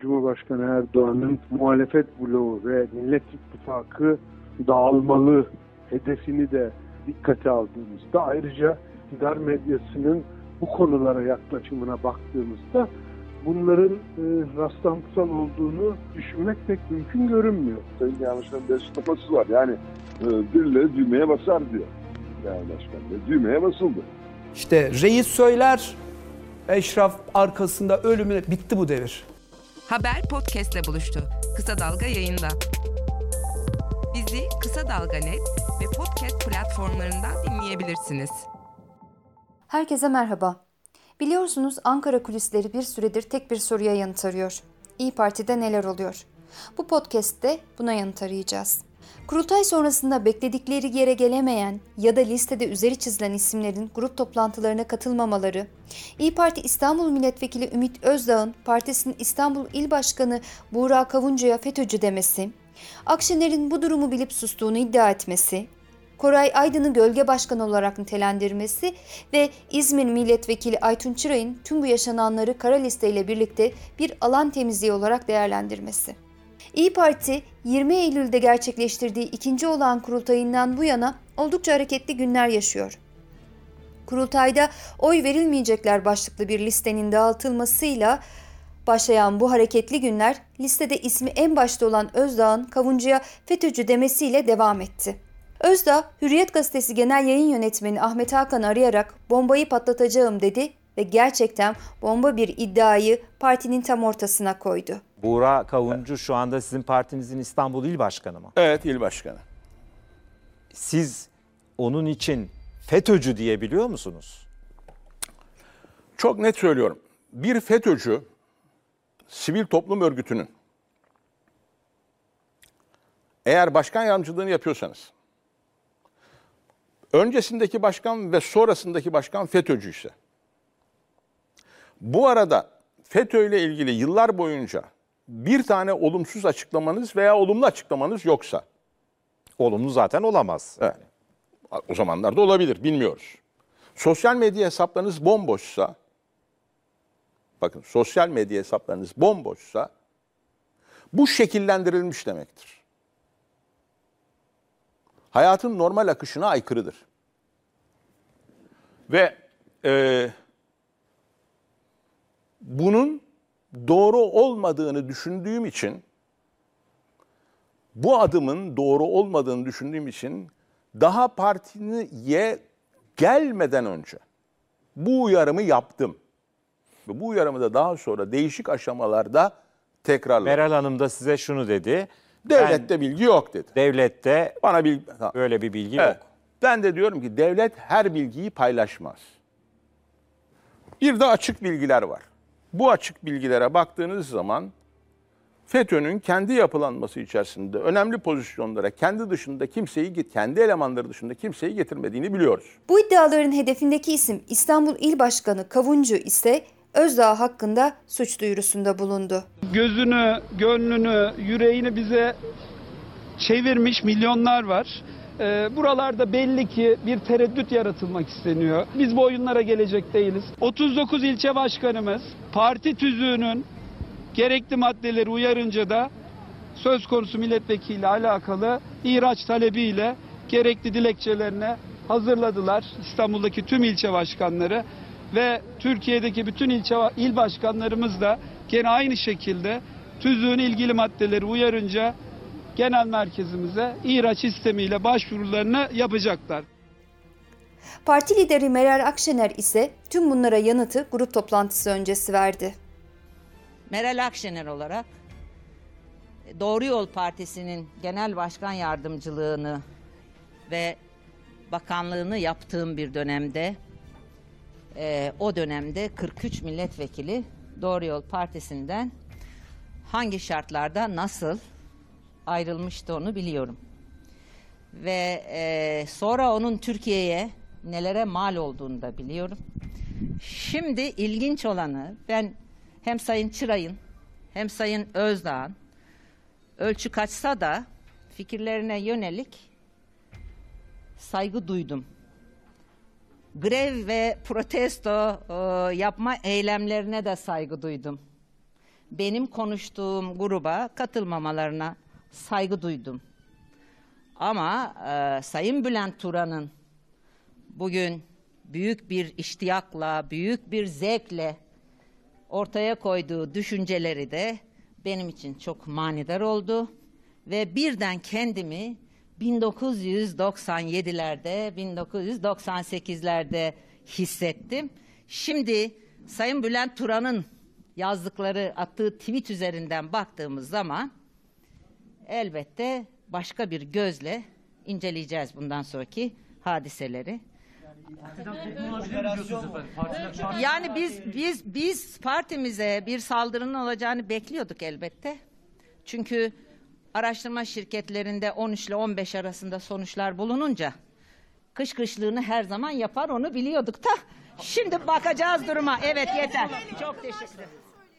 Cumhurbaşkanı Erdoğan'ın muhalefet bloğu ve Millet İttifakı dağılmalı hedefini de dikkate aldığımızda, ayrıca iktidar medyasının bu konulara yaklaşımına baktığımızda bunların rastlantısal olduğunu düşünmek pek mümkün görünmüyor. Sayın Genel Başkan'ın bir açıklaması var. Yani birileri düğmeye basar diyor. Genel Başkan da düğmeye basıldı. İşte reis söyler, eşraf arkasında ölümüne, bitti bu devir. Haber podcast'le buluştu. Kısa Dalga yayında. Bizi Kısa Dalga Net ve podcast platformlarından dinleyebilirsiniz. Herkese merhaba. Biliyorsunuz Ankara kulisleri bir süredir tek bir soruya yanıt arıyor. İYİ Parti'de neler oluyor? Bu podcast'te buna yanıt arayacağız. Kurultay sonrasında bekledikleri yere gelemeyen ya da listede üzeri çizilen isimlerin grup toplantılarına katılmamaları, İYİ Parti İstanbul Milletvekili Ümit Özdağ'ın partisinin İstanbul İl Başkanı Buğra Kavuncu'ya FETÖ'cü demesi, Akşener'in bu durumu bilip sustuğunu iddia etmesi, Koray Aydın'ı gölge başkanı olarak nitelendirmesi ve İzmir Milletvekili Aytun Çıray'ın tüm bu yaşananları kara listeyle birlikte bir alan temizliği olarak değerlendirmesi. İYİ Parti 20 Eylül'de gerçekleştirdiği ikinci olağan kurultayından bu yana oldukça hareketli günler yaşıyor. Kurultayda oy verilmeyecekler başlıklı bir listenin dağıtılmasıyla başlayan bu hareketli günler listede ismi en başta olan Özdağ'ın Kavuncu'ya FETÖ'cü demesiyle devam etti. Özdağ, Hürriyet Gazetesi Genel Yayın Yönetmeni Ahmet Hakan'ı arayarak bombayı patlatacağım dedi ve gerçekten bomba bir iddiayı partinin tam ortasına koydu. Buğra Kavuncu şu anda sizin partinizin İstanbul İl Başkanı mı? Evet, il başkanı. Siz onun için FETÖ'cü diyebiliyor musunuz? Çok net söylüyorum. Bir FETÖ'cü sivil toplum örgütünün eğer başkan yardımcılığını yapıyorsanız, öncesindeki başkan ve sonrasındaki başkan FETÖ'cü ise, bu arada FETÖ ile ilgili yıllar boyunca bir tane olumsuz açıklamanız veya olumlu açıklamanız yoksa, Olumlu zaten olamaz. evet, o zamanlarda olabilir, bilmiyoruz. Sosyal medya hesaplarınız bomboşsa, bakın sosyal medya hesaplarınız bomboşsa, bu şekillendirilmiş demektir. Hayatın normal akışına aykırıdır. Ve bunun doğru olmadığını düşündüğüm için, bu adımın doğru olmadığını düşündüğüm için daha partiye gelmeden önce bu uyarımı yaptım. Ve bu uyarımı da daha sonra değişik aşamalarda tekrarladım. Meral Hanım da size şunu dedi. Devlette bilgi yok dedi. Devlette Bana böyle bir bilgi evet, yok. ben de diyorum ki devlet her bilgiyi paylaşmaz. Bir de açık bilgiler var. Bu açık bilgilere baktığınız zaman FETÖ'nün kendi yapılanması içerisinde önemli pozisyonlara kendi dışında kendi elemanları dışında kimseyi getirmediğini biliyoruz. Bu iddiaların hedefindeki isim İstanbul İl Başkanı Kavuncu ise Özdağ hakkında suç duyurusunda bulundu. Gözünü, gönlünü, yüreğini bize çevirmiş milyonlar var. Buralarda belli ki bir tereddüt yaratılmak isteniyor. Biz bu oyunlara gelecek değiliz. 39 ilçe başkanımız parti tüzüğünün gerekli maddeleri uyarınca da söz konusu milletvekiliyle alakalı ihraç talebiyle gerekli dilekçelerini hazırladılar. İstanbul'daki tüm ilçe başkanları ve Türkiye'deki bütün il başkanlarımız da gene aynı şekilde tüzüğün ilgili maddeleri uyarınca genel merkezimize ihraç istemiyle başvurularını yapacaklar. Parti lideri Meral Akşener ise tüm bunlara yanıtı grup toplantısı öncesi verdi. Meral Akşener olarak Doğru Yol Partisi'nin genel başkan yardımcılığını ve bakanlığını yaptığım bir dönemde, o dönemde 43 milletvekili Doğru Yol Partisi'nden hangi şartlarda nasıl ayrılmıştı onu biliyorum. Ve sonra onun Türkiye'ye nelere mal olduğunu da biliyorum. Şimdi ilginç olanı, ben hem Sayın Çıray'ın hem Sayın Özdağ'ın ölçü kaçsa da fikirlerine yönelik saygı duydum. Grev ve protesto yapma eylemlerine de saygı duydum. benim konuştuğum gruba katılmamalarına saygı duydum. Ama Sayın Bülent Turan'ın bugün büyük bir iştiyakla, büyük bir zevkle ortaya koyduğu düşünceleri de benim için çok manidar oldu. Ve birden kendimi 1997'lerde, 1998'lerde hissettim. Şimdi Sayın Bülent Turan'ın yazdıkları, attığı tweet üzerinden baktığımız zaman elbette başka bir gözle inceleyeceğiz bundan sonraki hadiseleri. Yani biz partimize bir saldırının olacağını bekliyorduk elbette. Çünkü araştırma şirketlerinde 13 ile 15 arasında sonuçlar bulununca kışkırtlığını her zaman yapar, onu biliyorduk da. Şimdi bakacağız duruma. Evet, yeter. Çok teşekkür ederim.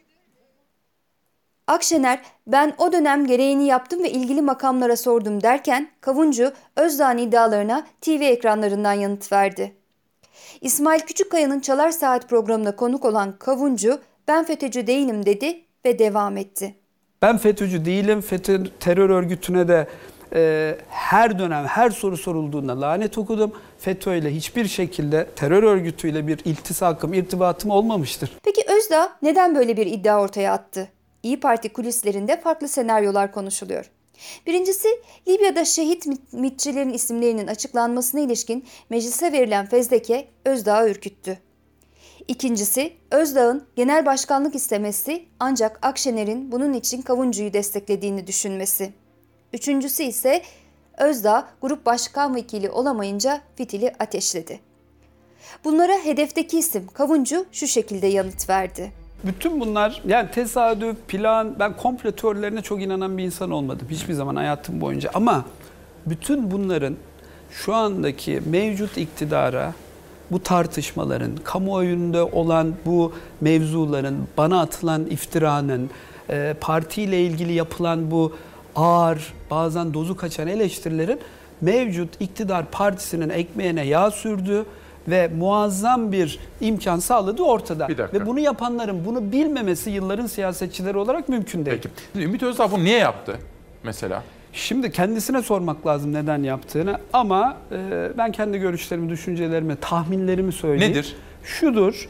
Akşener, ben o dönem gereğini yaptım ve ilgili makamlara sordum derken Kavuncu, Özdağ'ın iddialarına TV ekranlarından yanıt verdi. İsmail Küçükkaya'nın Çalar Saat programına konuk olan Kavuncu, ben FETÖ'cü değilim dedi ve devam etti. Ben FETÖ'cü değilim, FETÖ terör örgütüne de her dönem her soru sorulduğunda lanet okudum. FETÖ ile hiçbir şekilde terör örgütüyle bir iltisakım, irtibatım olmamıştır. Peki Özdağ neden böyle bir iddia ortaya attı? İYİ Parti kulislerinde farklı senaryolar konuşuluyor. Birincisi, Libya'da şehit mitçilerin isimlerinin açıklanmasına ilişkin meclise verilen fezleke Özdağ'ı ürküttü. İkincisi, Özdağ'ın genel başkanlık istemesi ancak Akşener'in bunun için Kavuncu'yu desteklediğini düşünmesi. Üçüncüsü ise Özdağ grup başkan vekili olamayınca fitili ateşledi. Bunlara hedefteki isim Kavuncu şu şekilde yanıt verdi. Bütün bunlar yani tesadüf, plan, ben komplo teorilerine çok inanan bir insan olmadım hiçbir zaman hayatım boyunca. Ama bütün bunların şu andaki mevcut iktidara, bu tartışmaların, kamuoyunda olan bu mevzuların, bana atılan iftiranın, partiyle ilgili yapılan bu ağır, bazen dozu kaçan eleştirilerin mevcut iktidar partisinin ekmeğine yağ sürdüğü ve muazzam bir imkan sağladığı ortada. Ve bunu yapanların bunu bilmemesi yılların siyasetçileri olarak mümkün değil. Peki. Ümit Özdağ bunu niye yaptı mesela? Şimdi kendisine sormak lazım neden yaptığını ama ben kendi görüşlerimi, düşüncelerimi, tahminlerimi söyleyeyim. Nedir? Şudur,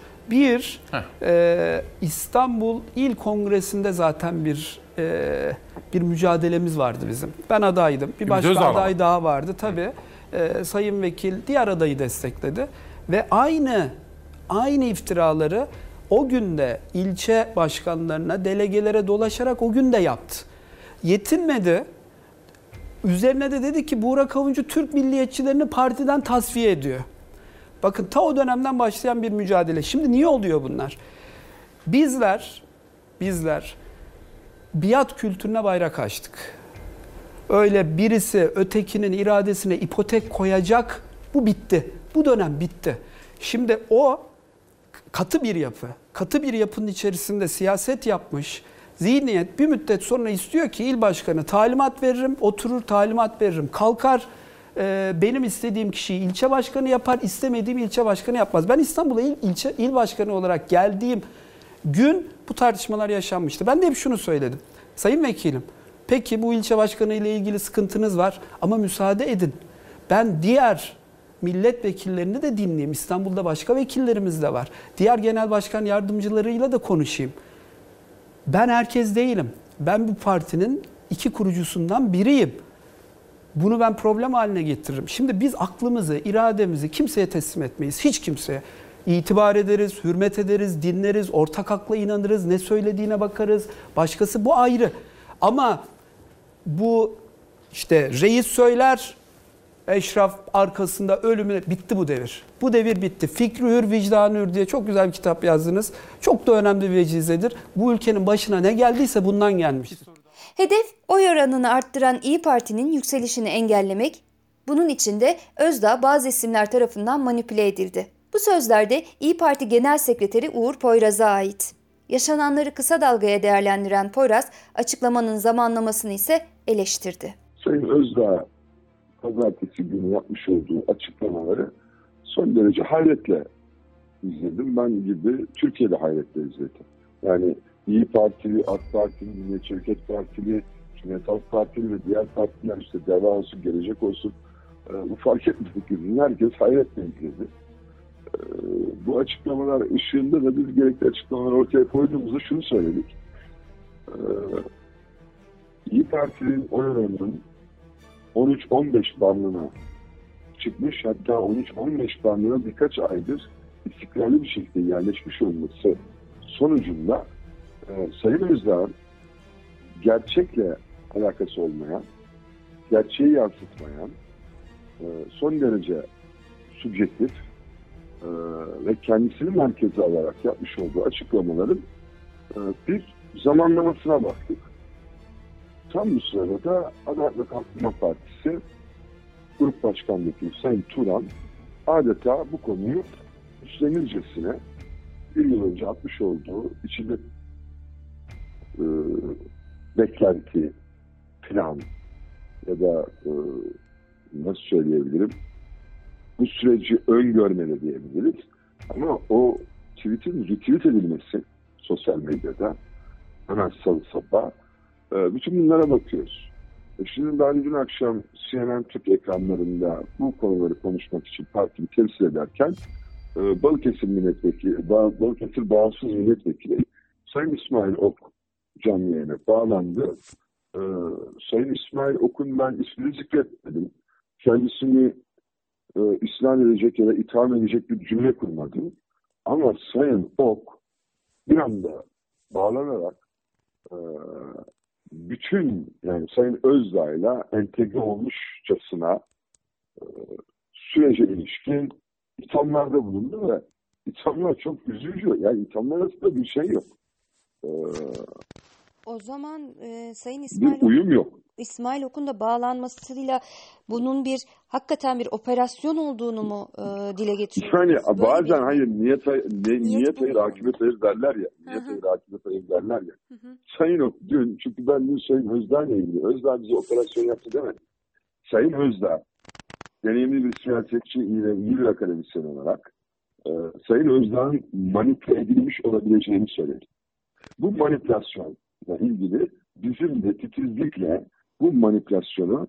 İstanbul İl Kongresi'nde zaten bir mücadelemiz vardı bizim. Ben adaydım. Bir başka aday daha vardı. Tabii Sayın Vekil diğer adayı destekledi. Ve aynı iftiraları o günde ilçe başkanlarına, delegelere dolaşarak o gün de yaptı. Yetinmedi. Üzerine de dedi ki Buğra Kavuncu Türk milliyetçilerini partiden tasfiye ediyor. Bakın ta o dönemden başlayan bir mücadele. Şimdi niye oluyor bunlar? Bizler biat kültürüne bayrak açtık. Öyle birisi ötekinin iradesine ipotek koyacak, bu bitti. Bu dönem bitti. Şimdi o katı bir yapı, katı bir yapının içerisinde siyaset yapmış zihniyet bir müddet sonra istiyor ki il başkanı talimat veririm, oturur talimat veririm, kalkar benim istediğim kişiyi ilçe başkanı yapar, istemediğim ilçe başkanı yapmaz. Ben İstanbul'a il başkanı olarak geldiğim gün bu tartışmalar yaşanmıştı. Ben de hep şunu söyledim. Sayın Vekilim, peki bu ilçe başkanı ile ilgili sıkıntınız var ama müsaade edin. Ben diğer milletvekillerini de dinleyeyim. İstanbul'da başka vekillerimiz de var. Diğer genel başkan yardımcılarıyla da konuşayım. Ben herkes değilim. Ben bu partinin 2 kurucusundan biriyim. Bunu ben problem haline getiririm. Şimdi biz aklımızı, irademizi kimseye teslim etmeyiz. Hiç kimseye. İtibar ederiz, hürmet ederiz, dinleriz, ortak akla inanırız, ne söylediğine bakarız. Başkası bu ayrı. Ama bu işte reis söyler, eşraf arkasında ölümüne bitti bu devir. Bu devir bitti. Fikri hür, vicdanı hür diye çok güzel bir kitap yazdınız. Çok da önemli bir vecizedir. Bu ülkenin başına ne geldiyse bundan gelmiş. Hedef oy oranını arttıran İYİ Parti'nin yükselişini engellemek, bunun için de Özdağ bazı isimler tarafından manipüle edildi. Bu sözler de İYİ Parti Genel Sekreteri Uğur Poyraz'a ait. Yaşananları kısa dalgaya değerlendiren Poyraz, açıklamanın zamanlamasını ise eleştirdi. Sayın Özdağ pazartesi günü yapmış olduğu açıklamaları son derece hayretle izledim. Ben gibi Türkiye'de hayretle izledim. Yani İyi Partili, AK Partili, Milliyetçi Hareket Partili, Cumhuriyet Halk Partili ve diğer partiler işte Deva olsun, Gelecek olsun bu fark etmedi. Herkes hayretle izledi. Bu açıklamalar ışığında da biz gerekli açıklamaları ortaya koyduğumuzda şunu söyledik. İyi Parti'nin oy oranının 13-15 bandına çıkmış, hatta 13-15 bandına birkaç aydır istikrarlı bir şekilde yerleşmiş olması sonucunda Sayın Özdağ'ın gerçekle alakası olmayan, gerçeği yansıtmayan, son derece subjektif ve kendisini merkeze alarak yapmış olduğu açıklamaların bir zamanlamasına baktık. Tam bu sırada da Adalet ve Kalkınma Partisi Grup Başkan Vekili Sayın Turan adeta bu konuyu üstlenircesine bir yıl önce atmış olduğu içinde beklenti, plan ya da nasıl söyleyebilirim, bu süreci öngörmeli diyebiliriz. Ama o tweet'in retweet edilmesi sosyal medyada hemen salı sabah bütün bunlara bakıyoruz. Şimdi ben dün akşam CNN Türk ekranlarında bu konuları konuşmak için partimi temsil ederken Balıkesir Bağımsız Milletvekili Sayın İsmail Ok canlı yayına bağlandı. Sayın İsmail Ok'un ben ismini zikretmedim. Kendisini isyan edecek ya da itham edecek bir cümle kurmadım. Ama Sayın Ok bir anda bağlanarak bütün yani Sayın Özdağ'la entegre olmuşçasına sürece ilişkin ithamlarda bulundu ve ithamlar çok üzücü. Yani ithamlar arasında bir şey yok. O zaman Sayın Bir uyum yok. İsmail Ok'un da bağlanmasıyla bunun hakikaten bir operasyon olduğunu mu dile getiriyorsunuz? Yani bazen hayır niyet hayır akıbet hayır derler ya. Niyet hayır akıbet hayır derler ya. Sayın Ok dün, çünkü ben dün Sayın Özdağ'la ilgili, Özdağ bize operasyon yaptı demedim. Sayın Özdağ deneyimli bir siyasetçi, iyi bir akademisyen olarak Sayın Özdağ'ın manipüle edilmiş olabileceğini söyledi. Bu manipülasyonla ilgili bizim de titizlikle bu manipülasyonu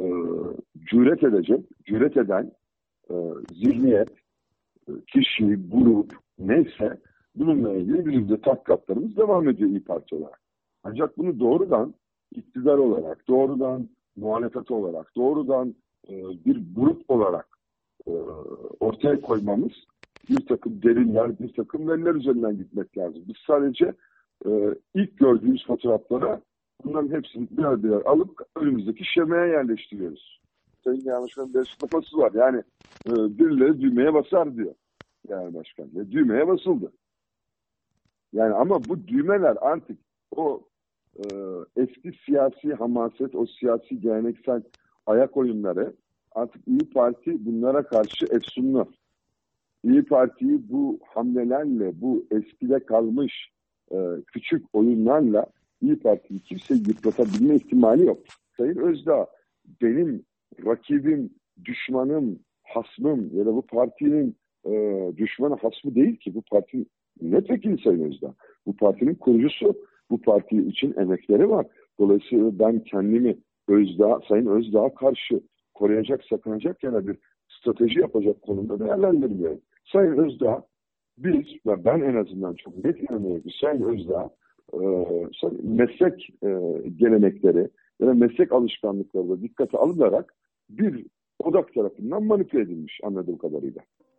cüret eden zihniyet, kişi, grup neyse bununla ilgili bizim de tahkikatlarımız devam ediyor İYİ Parti olarak. Ancak bunu doğrudan iktidar olarak, doğrudan muhalefet olarak, doğrudan bir grup olarak ortaya koymamız bir takım deliller, bir takım veriler üzerinden gitmek lazım. Biz sadece ilk gördüğümüz fotoğraflara bunların hepsini birer birer alıp önümüzdeki şemaya yerleştiriyoruz. Sayın Genel Başkan'ın bir açıklaması var. Yani birileri düğmeye basar diyor Genel Başkan. Ve düğmeye basıldı. Yani ama bu düğmeler artık o eski siyasi hamaset, o siyasi geleneksel ayak oyunları artık İYİ Parti bunlara karşı efsunlu. İYİ Parti'yi bu hamlelerle, bu eskide kalmış küçük oyunlarla İYİ Parti'yi kimse yıpratabilme ihtimali yok. Sayın Özdağ benim rakibim, düşmanım, hasmım ya da bu partinin düşmanı, hasmı değil ki. Bu partinin milletvekili Sayın Özdağ. Bu partinin kurucusu. Bu parti için emekleri var. Dolayısıyla ben kendimi Sayın Özdağ'a karşı koruyacak, sakınacak ya da bir strateji yapacak konumda değerlendirmiyorum. Sayın Özdağ, biz ve ben en azından çok net inanıyorum ki Sayın Özdağ meslek gelenekleri ya da meslek alışkanlıkları da dikkate alınarak bir odak tarafından manipüle edilmiş anladığım kadarıyla.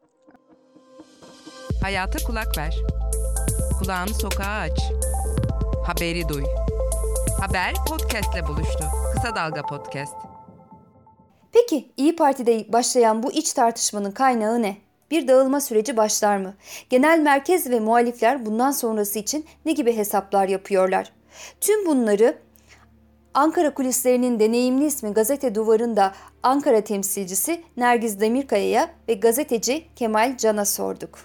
Hayata kulak ver. Kulağını sokağa aç. Haberi duy. Haber podcastle buluştu. Kısa Dalga Podcast. Peki İYİ Parti'de başlayan bu iç tartışmanın kaynağı ne? Bir dağılma süreci başlar mı? Genel merkez ve muhalifler bundan sonrası için ne gibi hesaplar yapıyorlar? Tüm bunları Ankara Kulislerinin deneyimli ismi Gazete Duvar'ın da Ankara temsilcisi Nergiz Demirkaya'ya ve gazeteci Kemal Can'a sorduk.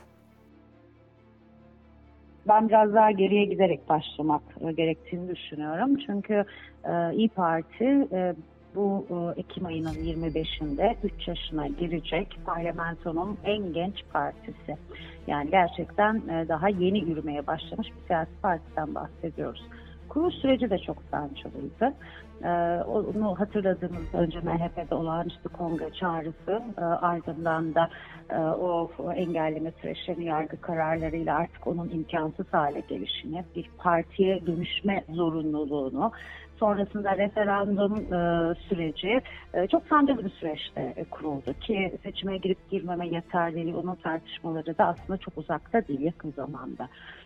Ben biraz daha geriye giderek başlamak gerektiğini düşünüyorum. Çünkü İYİ Parti Bu Ekim ayının 25'inde 3 yaşına girecek parlamentonun en genç partisi. Yani gerçekten daha yeni yürümeye başlamış bir siyasi partiden bahsediyoruz. Kuruluş süreci de çok sancılıydı. Onu hatırladığımız önce MHP'de olağanüstü kongre çağrısı, ardından da o engelleme süreçlerini, yargı kararlarıyla artık onun imkansız hale gelişini, bir partiye dönüşme zorunluluğunu, sonrasında referandum süreci çok sancılı bir süreçte kuruldu ki seçime girip girmeme yeterliliği, onun tartışmaları da aslında çok uzakta değil, yakın zamanda.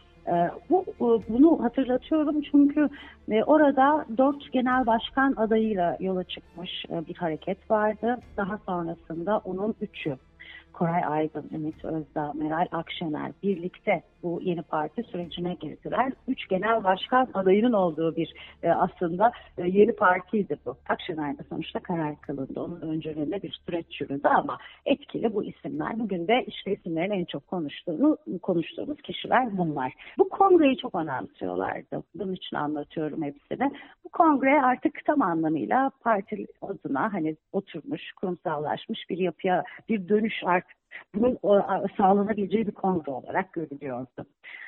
Bunu hatırlatıyorum çünkü orada 4 genel başkan adayıyla yola çıkmış bir hareket vardı. Daha sonrasında onun 3'ü, Koray Aydın, Ümit Özdağ, Meral Akşener birlikte bu yeni parti sürecine girdiler. 3 genel başkan adayının olduğu bir aslında yeni partiydi bu. Akşener'de sonuçta karar kılındı. Onun öncülüğünde bir süreç yürüdü ama etkili bu isimler. Bugün de işte isimlerin en çok konuştuğumuz kişiler bunlar. Bu kongreyi çok önemsiyorlardı. Bunun için anlatıyorum hepsini. Bu kongre artık tam anlamıyla parti adına hani oturmuş, kurumsallaşmış bir yapıya bir dönüş artık bunun sağlanabileceği bir kongre olarak görülüyordu.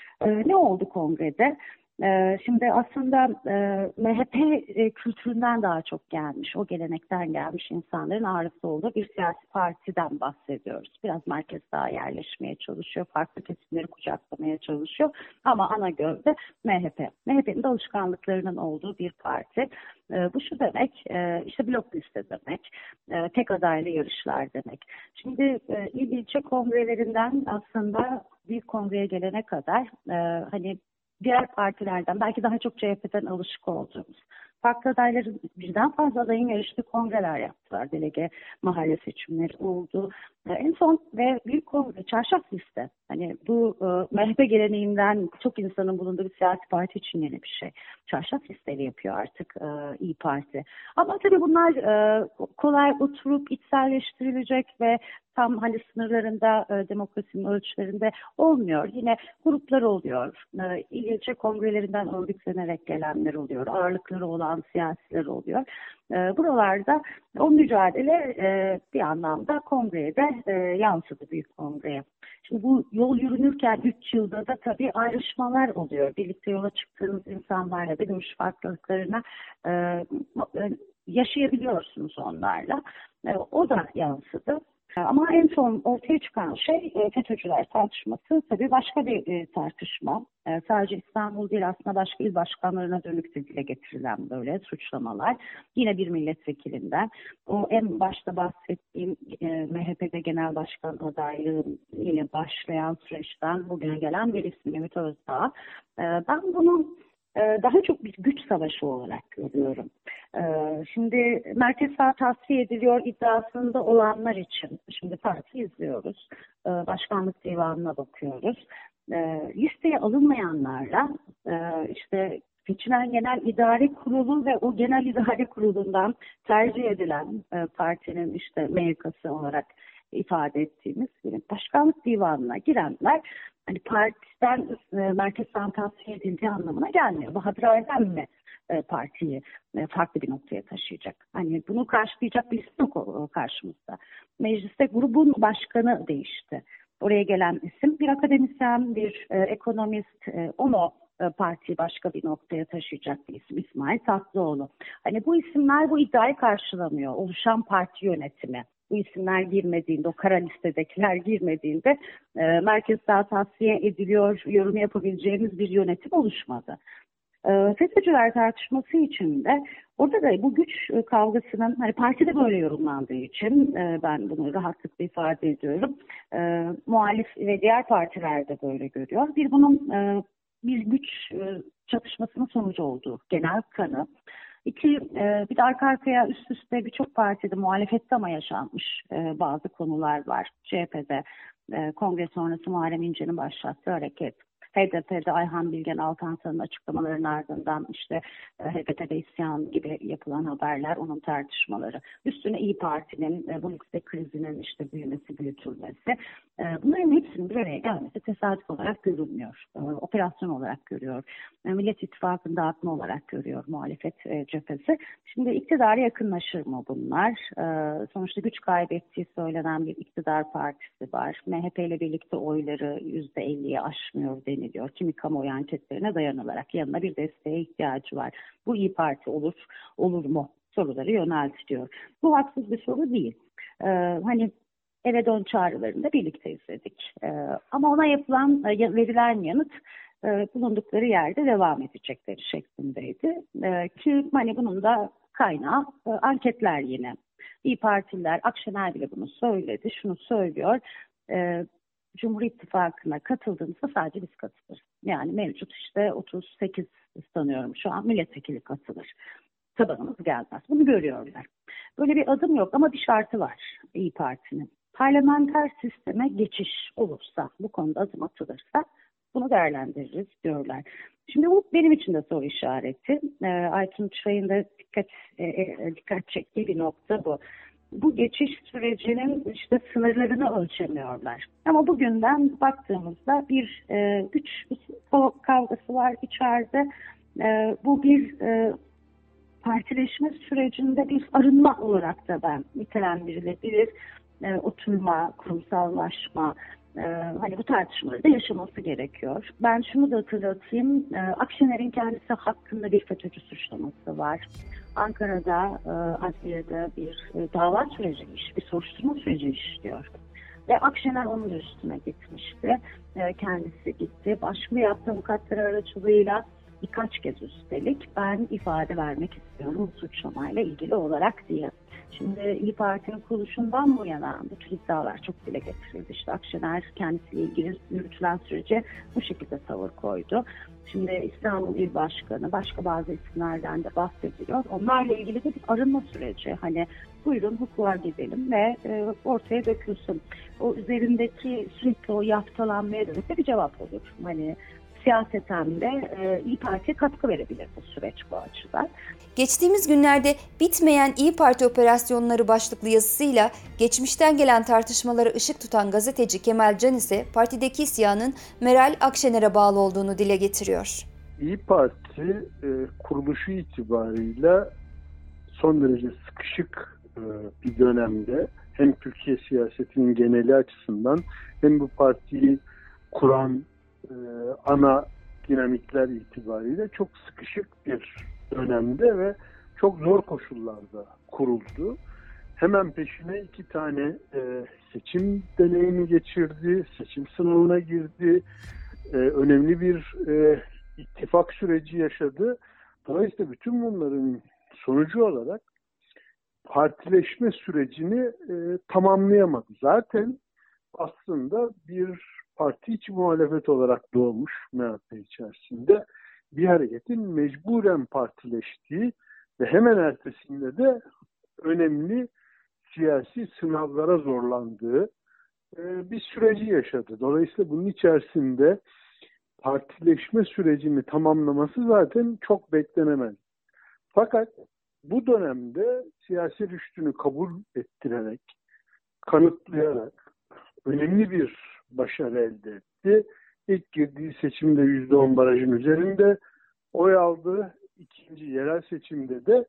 Ne oldu kongrede? Şimdi aslında MHP kültüründen daha çok gelmiş, o gelenekten gelmiş insanların ağırlıklı olduğu bir siyasi partiden bahsediyoruz. Biraz merkez daha yerleşmeye çalışıyor, farklı kesimleri kucaklamaya çalışıyor ama ana gövde MHP. MHP'nin de alışkanlıklarının olduğu bir parti. Bu şu demek, işte blok liste demek, tek adaylı yarışlar demek. Şimdi il ilçe kongrelerinden aslında büyük kongreye gelene kadar hani diğer partilerden, belki daha çok CHP'den alışık olduğumuz farklı adayların birden fazla adayın yarıştığı kongreler yaptılar. Delege mahalle seçimleri oldu. En son ve büyük kongre, çarşaf liste. Hani bu MHP geleneğinden çok insanın bulunduğu bir siyasi parti için yeni bir şey. Çarşaf listeleri yapıyor artık İYİ Parti. Ama tabii bunlar kolay oturup içselleştirilecek ve tam hani sınırlarında, demokrasinin ölçülerinde olmuyor. Yine gruplar oluyor. İl ilçe kongrelerinden örgütlenerek gelenler oluyor. Ağırlıkları olan siyasiler oluyor. Buralarda o mücadele bir anlamda kongreye de yansıdı, büyük kongreye. Şimdi bu yol yürünürken 3 yılda da tabii ayrışmalar oluyor. Birlikte yola çıktığınız insanlarla da görüş farklılıklarına yaşayabiliyorsunuz onlarla. O da yansıdı. Ama en son ortaya çıkan şey FETÖ'cüler tartışması, tabii başka bir tartışma. Sadece İstanbul değil, aslında başka il başkanlarına dönük de dile getirilen böyle suçlamalar. Yine bir milletvekilinden. O en başta bahsettiğim MHP'de genel başkan adaylığı ile başlayan süreçten bugüne gelen bir isim Ümit Özdağ. Ben bunu daha çok bir güç savaşı olarak görüyorum. Şimdi merkez sağ tasfiye ediliyor iddiasında olanlar için şimdi parti izliyoruz. Başkanlık divanına bakıyoruz. Listeye alınmayanlarla işte seçilen genel idare kurulu ve o genel idare kurulundan tercih edilen partinin işte mevkası olarak ifade ettiğimiz başkanlık divanına girenler hani partiden merkez sağ tasfiye edildiği anlamına gelmiyor. Bahadır Erdem mi partiyi farklı bir noktaya taşıyacak? Hani bunu karşılayacak bir isim yok karşımızda. Mecliste grubun başkanı değişti. Oraya gelen isim bir akademisyen, bir ekonomist, onu partiyi başka bir noktaya taşıyacak bir isim İsmail Tatlıoğlu. Hani bu isimler bu iddiayı karşılamıyor. Oluşan parti yönetimi. Bu isimler girmediğinde, o kara listedekiler girmediğinde merkez sağ tasfiye ediliyor, yorum yapabileceğimiz bir yönetim oluşmadı. FETÖ'cüler tartışması için de orada da bu güç kavgasının hani partide böyle yorumlandığı için ben bunu rahatlıkla ifade ediyorum. Muhalif ve diğer partiler de böyle görüyor. Bunun bir güç çatışmasının sonucu olduğu genel kanı. İki, bir de arka arkaya üst üste birçok partide muhalefette ama yaşanmış bazı konular var. CHP'de kongre sonrası Muharrem İnce'nin başlattığı hareket. HDP'de Ayhan Bilgen, Altan San'ın açıklamalarının ardından işte HDP'de isyan gibi yapılan haberler, onun tartışmaları. Üstüne İYİ Parti'nin bu liste krizinin işte büyümesi, büyütülmesi. Bunların hepsinin bir araya gelmesi tesadüf olarak görülmüyor. Operasyon olarak görüyor. Millet İttifakı'nı dağıtma olarak görüyor muhalefet cephesi. Şimdi iktidara yakınlaşır mı bunlar? Sonuçta güç kaybettiği söylenen bir iktidar partisi var. MHP ile birlikte oyları %50'ye aşmıyor deniliyor. Kimi kamuoyu anketlerine dayanılarak yanına bir desteğe ihtiyacı var. Bu İYİ Parti olur mu? Soruları yöneltiliyor. Bu haksız bir soru değil. Hani eve dön çağrılarını da birlikte izledik. Ama ona yapılan, verilen yanıt bulundukları yerde devam edecekleri şeklindeydi. Ki hani bunun da kaynağı anketler yine. İYİ Partililer, Akşener bile bunu söyledi, şunu söylüyor. Cumhur İttifakı'na katıldığımızda sadece biz katılırız. Yani mevcut işte 38 sanıyorum şu an milletvekili katılır. Tabanımız gelmez. Bunu görüyorlar. Böyle bir adım yok ama bir şartı var İYİ Parti'nin. Parlamenter sisteme geçiş olursa, bu konuda adım atılırsa bunu değerlendiririz diyorlar. Şimdi bu benim için de soru işareti. Aytun Çay'ın da dikkat çektiği bir nokta bu. Bu geçiş sürecinin işte sınırlarını ölçemiyorlar. Ama bugünden baktığımızda bir güç kavgası var içeride. Bu bir partileşme sürecinde bir arınma olarak da ben nitelendirilebilir. Oturma, kurumsallaşma, hani bu tartışmaları da yaşaması gerekiyor. Ben şunu da hatırlatayım, Akşener'in kendisi hakkında bir FETÖ'cü suçlaması var. Ankara'da, adliyede bir dava süreci, bir soruşturma süreci işliyor. Ve Akşener onun üstüne gitmişti. Kendisi gitti. Başvuru yaptığı avukatları aracılığıyla birkaç kez üstelik ben ifade vermek istiyorum bu suçlamayla ilgili olarak diye. Şimdi İYİ Parti'nin kuruluşundan bu yana bu tür iddialar çok dile getirildi. İşte Akşener kendisiyle ilgili yürütülen sürece bu şekilde tavır koydu. Şimdi İstanbul İl Başkanı, başka bazı isimlerden de bahsediliyor. Onlarla ilgili de bir arınma süreci. Hani buyurun hukuka gidelim ve ortaya dökülsün. O üzerindeki sürekli o yaftalanmaya dönük de bir cevap olur. Hani siyaseten de İYİ Parti'ye katkı verebilir bu süreç bu açıdan. Geçtiğimiz günlerde bitmeyen İYİ Parti operasyonları başlıklı yazısıyla geçmişten gelen tartışmalara ışık tutan gazeteci Kemal Can ise partideki isyanın Meral Akşener'e bağlı olduğunu dile getiriyor. İYİ Parti kuruluşu itibarıyla son derece sıkışık bir dönemde hem Türkiye siyasetinin geneli açısından hem bu partiyi kuran ana dinamikler itibariyle çok sıkışık bir dönemde ve çok zor koşullarda kuruldu. Hemen peşine 2 tane seçim deneyimi geçirdi, seçim sınavına girdi, önemli bir ittifak süreci yaşadı. Dolayısıyla bütün bunların sonucu olarak partileşme sürecini tamamlayamadı. Zaten aslında bir parti içi muhalefet olarak doğmuş MHP içerisinde bir hareketin mecburen partileştiği ve hemen ertesinde de önemli siyasi sınavlara zorlandığı bir süreci yaşadı. Dolayısıyla bunun içerisinde partileşme sürecini tamamlaması zaten çok beklenemez. Fakat bu dönemde siyasi rüştünü kabul ettirerek, kanıtlayarak önemli bir başarı elde etti. İlk girdiği seçimde %10 barajın üzerinde oy aldı. İkinci yerel seçimde de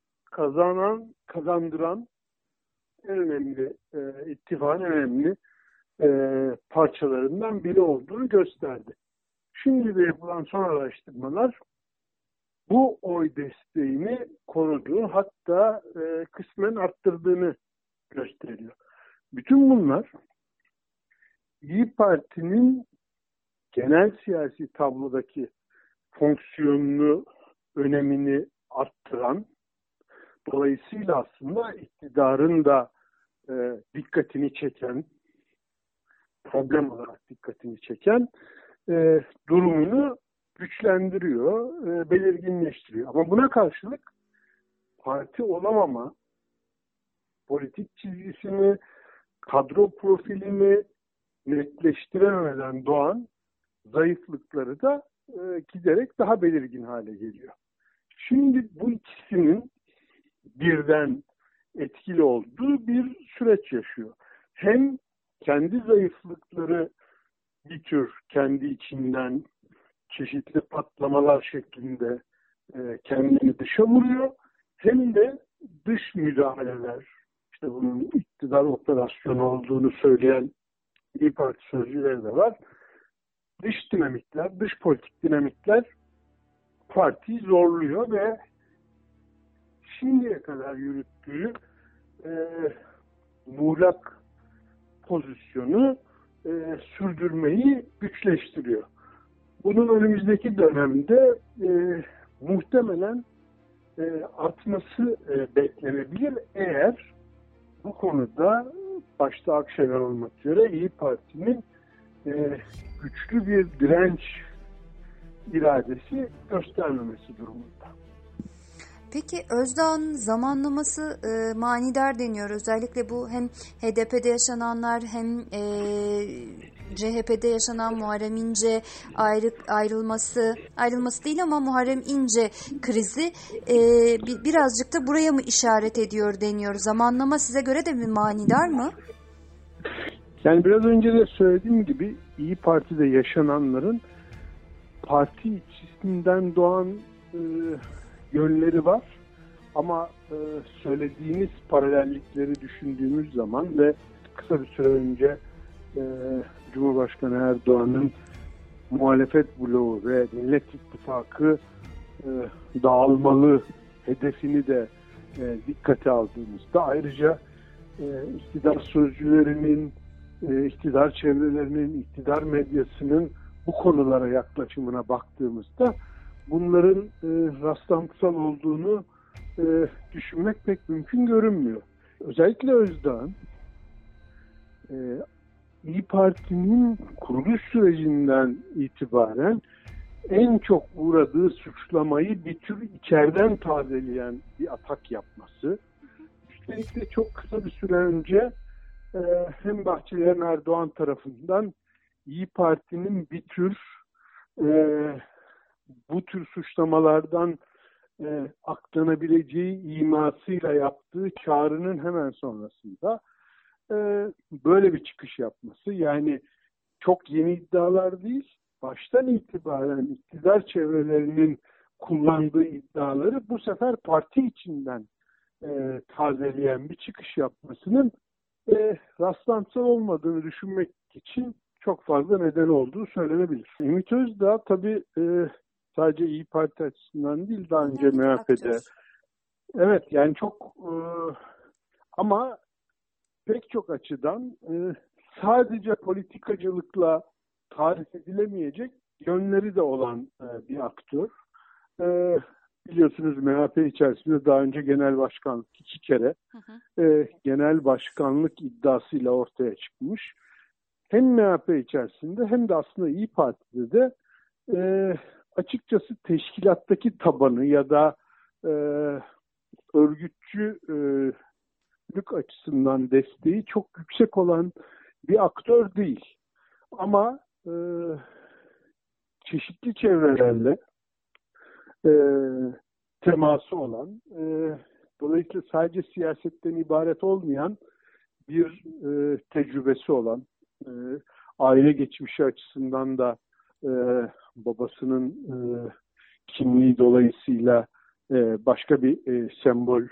kazandıran en önemli ittifakın önemli parçalarından biri olduğunu gösterdi. Şimdi de yapılan son araştırmalar bu oy desteğini koruduğu, hatta kısmen arttırdığını gösteriyor. Bütün bunlar İYİ Parti'nin genel siyasi tablodaki fonksiyonunu, önemini arttıran, dolayısıyla aslında iktidarın da dikkatini çeken, problem olarak dikkatini çeken durumunu güçlendiriyor, belirginleştiriyor. Ama buna karşılık parti olamama, politik çizgisini, kadro profilini netleştiremeden doğan zayıflıkları da giderek daha belirgin hale geliyor. Şimdi bu ikisinin birden etkili olduğu bir süreç yaşıyor. Hem kendi zayıflıkları bir tür kendi içinden çeşitli patlamalar şeklinde kendini dışa vuruyor. Hem de dış müdahaleler, işte bunun iktidar operasyonu olduğunu söyleyen İYİ Parti sözcüleri de var. Dış dinamikler, dış politik dinamikler partiyi zorluyor ve şimdiye kadar yürüttüğü muğlak pozisyonu sürdürmeyi güçleştiriyor. Bunun önümüzdeki dönemde muhtemelen artması beklenebilir eğer bu konuda başta Akşener olmak üzere İYİ Parti'nin güçlü bir direnç iradesi göstermemesi durumunda. Peki Özdağ'ın zamanlaması manidar deniyor. Özellikle bu hem HDP'de yaşananlar hem CHP'de yaşanan Muharrem İnce ayrılması değil ama Muharrem İnce krizi birazcık da buraya mı işaret ediyor deniyor. Zamanlama size göre de bir manidar mı? Yani biraz önce de söylediğim gibi İYİ Parti'de yaşananların parti içinden doğan yönleri var. Ama söylediğiniz paralellikleri düşündüğümüz zaman ve kısa bir süre önce Cumhurbaşkanı Erdoğan'ın muhalefet bloğu ve Millet İttifakı dağılmalı hedefini de dikkate aldığımızda ayrıca iktidar sözcülerinin, iktidar çevrelerinin, iktidar medyasının bu konulara yaklaşımına baktığımızda bunların rastlantısal olduğunu düşünmek pek mümkün görünmüyor. Özellikle Özdağ'ın İYİ Parti'nin kuruluş sürecinden itibaren en çok uğradığı suçlamayı bir tür içeriden tazeleyen bir atak yapması. Üstelik de çok kısa bir süre önce hem Bahçeli hem Erdoğan tarafından İYİ Parti'nin bir tür bu tür suçlamalardan aklanabileceği imasıyla yaptığı çağrının hemen sonrasında böyle bir çıkış yapması, yani çok yeni iddialar değil, baştan itibaren iktidar çevrelerinin kullandığı iddiaları bu sefer parti içinden tazeleyen bir çıkış yapmasının rastlantısal olmadığını düşünmek için çok fazla neden olduğu söylenebilir. Ümit Özdağ tabii sadece İYİ Parti açısından değil, daha önce MHP'de. Evet, yani çok ama pek çok açıdan sadece politikacılıkla tarif edilemeyecek yönleri de olan bir aktör. Biliyorsunuz MHP içerisinde daha önce genel başkanlık 2 kere genel başkanlık iddiasıyla ortaya çıkmış. Hem MHP içerisinde hem de aslında İYİ Parti'de de açıkçası teşkilattaki tabanı ya da örgütçülük açısından desteği çok yüksek olan bir aktör değil. Ama çeşitli çevrelerle teması olan, dolayısıyla sadece siyasetten ibaret olmayan bir tecrübesi olan, aile geçmişi açısından da babasının kimliği dolayısıyla başka bir sembol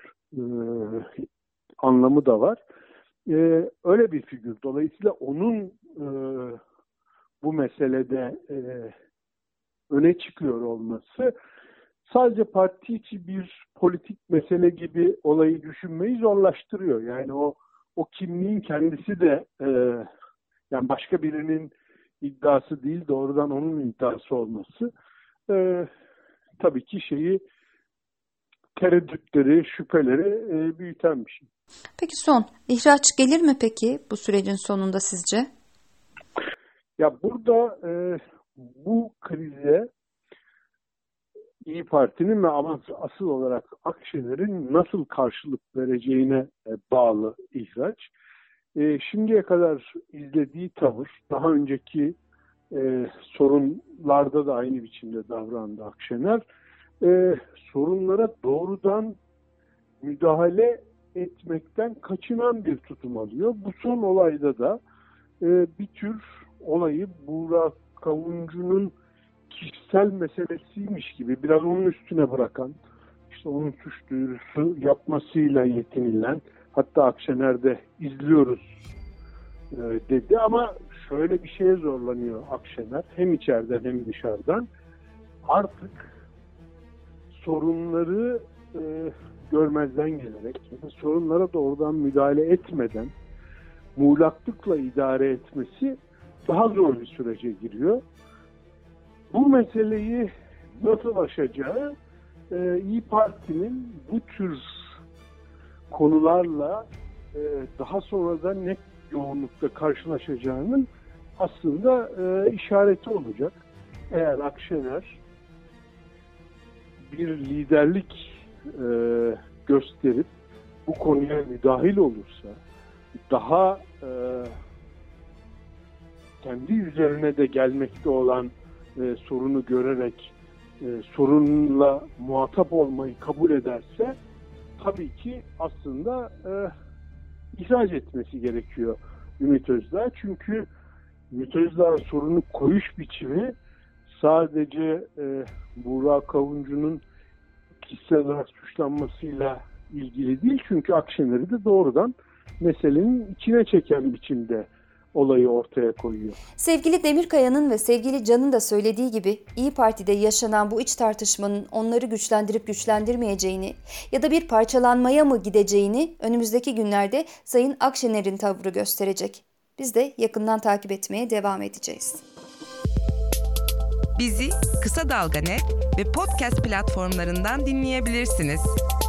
anlamı da var. Öyle bir figür. Dolayısıyla onun bu meselede öne çıkıyor olması sadece parti içi bir politik mesele gibi olayı düşünmeyi zorlaştırıyor. Yani o kimliğin kendisi de yani başka birinin iddiası değil, doğrudan onun iddiası olması tabii ki tereddütleri, şüpheleri büyüten bir şey. Peki ihraç gelir mi peki bu sürecin sonunda sizce? Ya burada bu krize İYİ Parti'nin ve ama asıl olarak Akşener'in nasıl karşılık vereceğine bağlı ihraç. Şimdiye kadar izlediği tavır, daha önceki sorunlarda da aynı biçimde davrandı Akşener. Sorunlara doğrudan müdahale etmekten kaçınan bir tutum alıyor. Bu son olayda da bir tür olayı Burak Kavuncu'nun kişisel meselesiymiş gibi biraz onun üstüne bırakan, işte onun suç duyurusu yapmasıyla yetinilen, hatta Akşener'de izliyoruz dedi ama şöyle bir şeye zorlanıyor Akşener, hem içeriden hem dışarıdan. Artık sorunları görmezden gelerek ya da sorunlara doğrudan müdahale etmeden muğlaklıkla idare etmesi daha zor bir sürece giriyor. Bu meseleyi nasıl aşacağı İYİ Parti'nin bu tür konularla daha sonradan ne yoğunlukta karşılaşacağının aslında işareti olacak. Eğer Akşener bir liderlik gösterip bu konuya müdahil olursa, daha kendi üzerine de gelmekte olan sorunu görerek sorunla muhatap olmayı kabul ederse, tabii ki aslında ihraç etmesi gerekiyor Ümit Özdağ. Çünkü Ümit Özdağ'ın sorunu koyuş biçimi sadece Burak Kavuncu'nun kişisel olarak suçlanmasıyla ilgili değil. Çünkü Akşener'i de doğrudan meselenin içine çeken biçimde olayı ortaya koyuyor. Sevgili Demirkaya'nın ve sevgili Can'ın da söylediği gibi İYİ Parti'de yaşanan bu iç tartışmanın onları güçlendirip güçlendirmeyeceğini ya da bir parçalanmaya mı gideceğini önümüzdeki günlerde Sayın Akşener'in tavrı gösterecek. Biz de yakından takip etmeye devam edeceğiz. Bizi Kısa Dalga Net ve podcast platformlarından dinleyebilirsiniz.